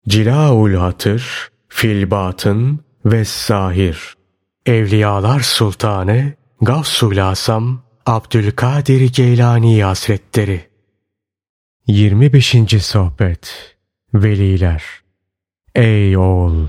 Cilaul Hatır, Fil Batın ve Zahir. Evliyalar Sultanı Gavsul Asam Abdülkadir Geylani Hazretleri. 25. Sohbet. Veliler. Ey oğul!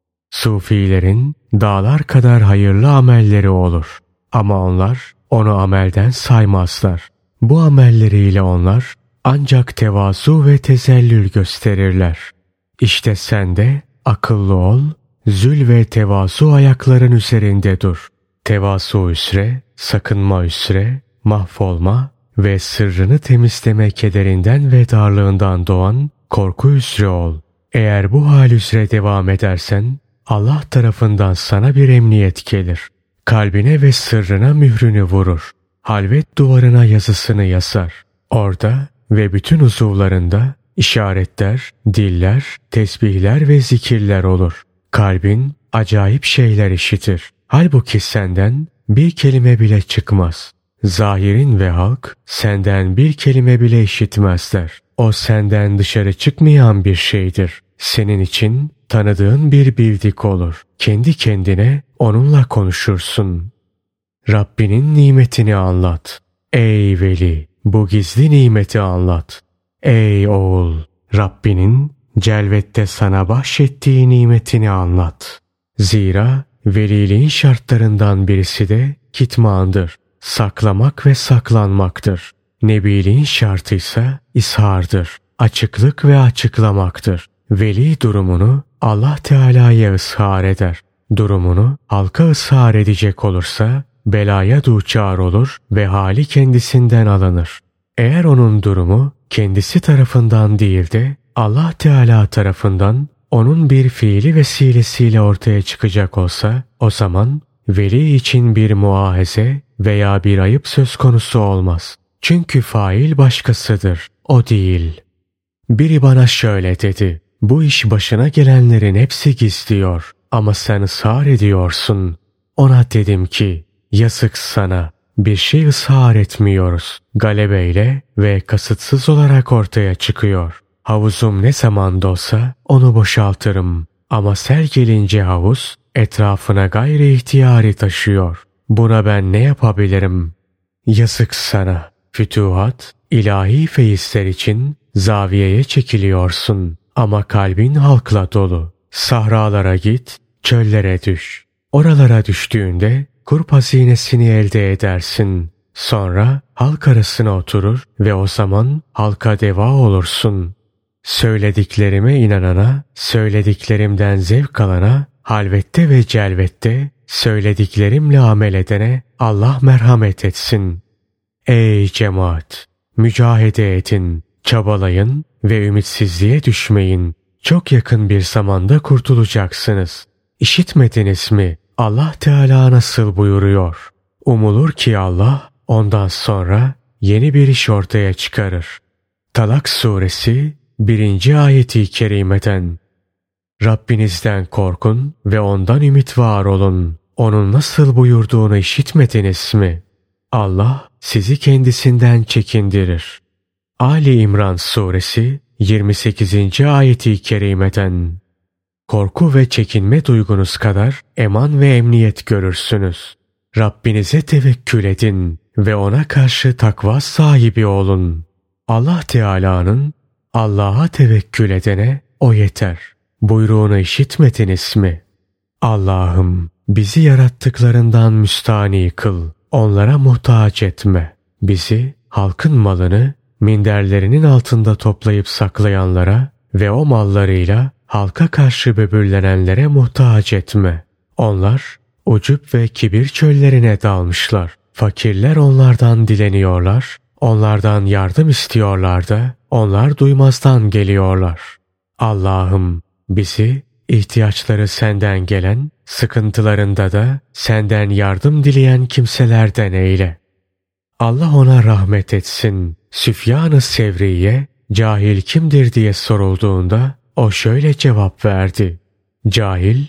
Sufilerin dağlar kadar hayırlı amelleri olur. Ama onlar onu amelden saymazlar. Bu amelleriyle onlar ancak tevazu ve tezellül gösterirler. İşte sen de akıllı ol, zül ve tevazu ayakların üzerinde dur. Tevazu üzere, sakınma üzere, mahvolma ve sırrını temizleme kederinden ve darlığından doğan korku üzere ol. Eğer bu hal üzere devam edersen, Allah tarafından sana bir emniyet gelir. Kalbine ve sırrına mührünü vurur. Halvet duvarına yazısını yazar. Orada ve bütün uzuvlarında işaretler, diller, tesbihler ve zikirler olur. Kalbin acayip şeyler işitir. Halbuki senden bir kelime bile çıkmaz. Zahirin ve halk senden bir kelime bile işitmezler. O senden dışarı çıkmayan bir şeydir. Senin için tanıdığın bir bildik olur. Kendi kendine onunla konuşursun. Rabbinin nimetini anlat. Ey veli, bu gizli nimeti anlat. Ey oğul, Rabbinin celvette sana bahşettiği nimetini anlat. Zira veliliğin şartlarından birisi de kitmandır. Saklamak ve saklanmaktır. Nebiliğin şartı ise ishardır. Açıklık ve açıklamaktır. Veli durumunu Allah Teala'ya ishar eder. Durumunu halka ishar edecek olursa belaya duçar olur ve hali kendisinden alınır. Eğer onun durumu kendisi tarafından değil de Allah Teala tarafından onun bir fiili vesilesiyle ortaya çıkacak olsa, o zaman veli için bir muahize veya bir ayıp söz konusu olmaz. Çünkü fail başkasıdır, o değil. Biri bana şöyle dedi: bu iş başına gelenlerin hepsi gizliyor ama sen ısrar ediyorsun. Ona dedim ki, yazık sana, bir şey ısrar etmiyoruz. Galebeyle ve kasıtsız olarak ortaya çıkıyor. Havuzum ne zaman dolsa onu boşaltırım. Ama sel gelince havuz etrafına gayri ihtiyari taşıyor. Buna ben ne yapabilirim? Yazık sana. Fütuhat, ilahi feyizler için zaviyeye çekiliyorsun. Ama kalbin halkla dolu. Sahralara git, çöllere düş. Oralara düştüğünde kurp hazinesini elde edersin. Sonra halk arasına oturur ve o zaman halka deva olursun. Söylediklerime inanana, söylediklerimden zevk alana, halvette ve celvette söylediklerimle amel edene Allah merhamet etsin. Ey cemaat! Mücahede edin, çabalayın ve ümitsizliğe düşmeyin. Çok yakın bir zamanda kurtulacaksınız. İşitmediniz mi? Allah Teala nasıl buyuruyor? Umulur ki Allah ondan sonra yeni bir iş ortaya çıkarır. Talak suresi 1. ayeti kerimeden. Rabbinizden korkun ve ondan ümit var olun. Onun nasıl buyurduğunu işitmediniz mi? Allah sizi kendisinden çekindirir. Ali İmran suresi 28. ayeti kerimeden. Korku ve çekinme duygunuz kadar eman ve emniyet görürsünüz. Rabbinize tevekkül edin ve ona karşı takva sahibi olun. Allah Teala'nın Allah'a tevekkül edene o yeter buyruğunu işitmediniz mi? Allah'ım bizi yarattıklarından müstani kıl. Onlara muhtaç etme. Bizi halkın malını minderlerinin altında toplayıp saklayanlara ve o mallarıyla halka karşı böbürlenenlere muhtaç etme. Onlar ucup ve kibir çöllerine dalmışlar. Fakirler onlardan dileniyorlar, onlardan yardım istiyorlar da onlar duymazdan geliyorlar. Allah'ım bizi ihtiyaçları senden gelen, sıkıntılarında da senden yardım dileyen kimselerden eyle. Allah ona rahmet etsin. Süfyan-ı Sevri'ye cahil kimdir diye sorulduğunda o şöyle cevap verdi: cahil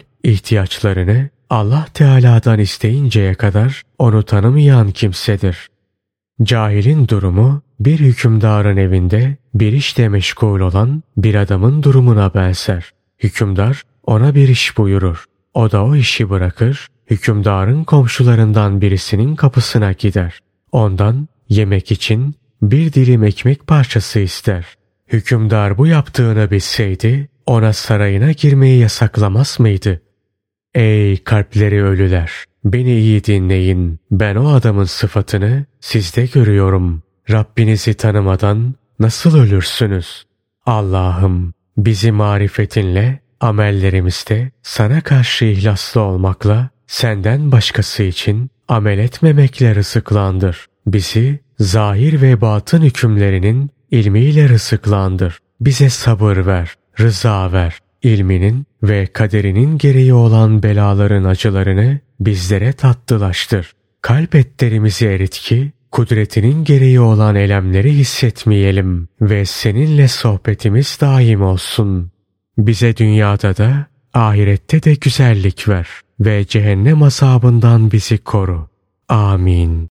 ihtiyaçlarını Allah Teala'dan isteyinceye kadar onu tanımayan kimsedir. Cahilin durumu bir hükümdarın evinde bir işle meşgul olan bir adamın durumuna benzer. Hükümdar ona bir iş buyurur. O da o işi bırakır, hükümdarın komşularından birisinin kapısına gider. Ondan yemek için bir dilim ekmek parçası ister. Hükümdar bu yaptığını bilseydi ona sarayına girmeyi yasaklamaz mıydı? Ey kalpleri ölüler! Beni iyi dinleyin. Ben o adamın sıfatını sizde görüyorum. Rabbinizi tanımadan nasıl ölürsünüz? Allah'ım bizi marifetinle, amellerimizde sana karşı ihlaslı olmakla, senden başkası için amel etmemekle rızıklandır. Bizi zahir ve batın hükümlerinin ilmiyle rızıklandır. Bize sabır ver, rıza ver. İlminin ve kaderinin gereği olan belaların acılarını bizlere tatlılaştır. Kalp etlerimizi erit ki kudretinin gereği olan elemleri hissetmeyelim ve seninle sohbetimiz daim olsun. Bize dünyada da ahirette de güzellik ver ve cehennem azabından bizi koru. Amin.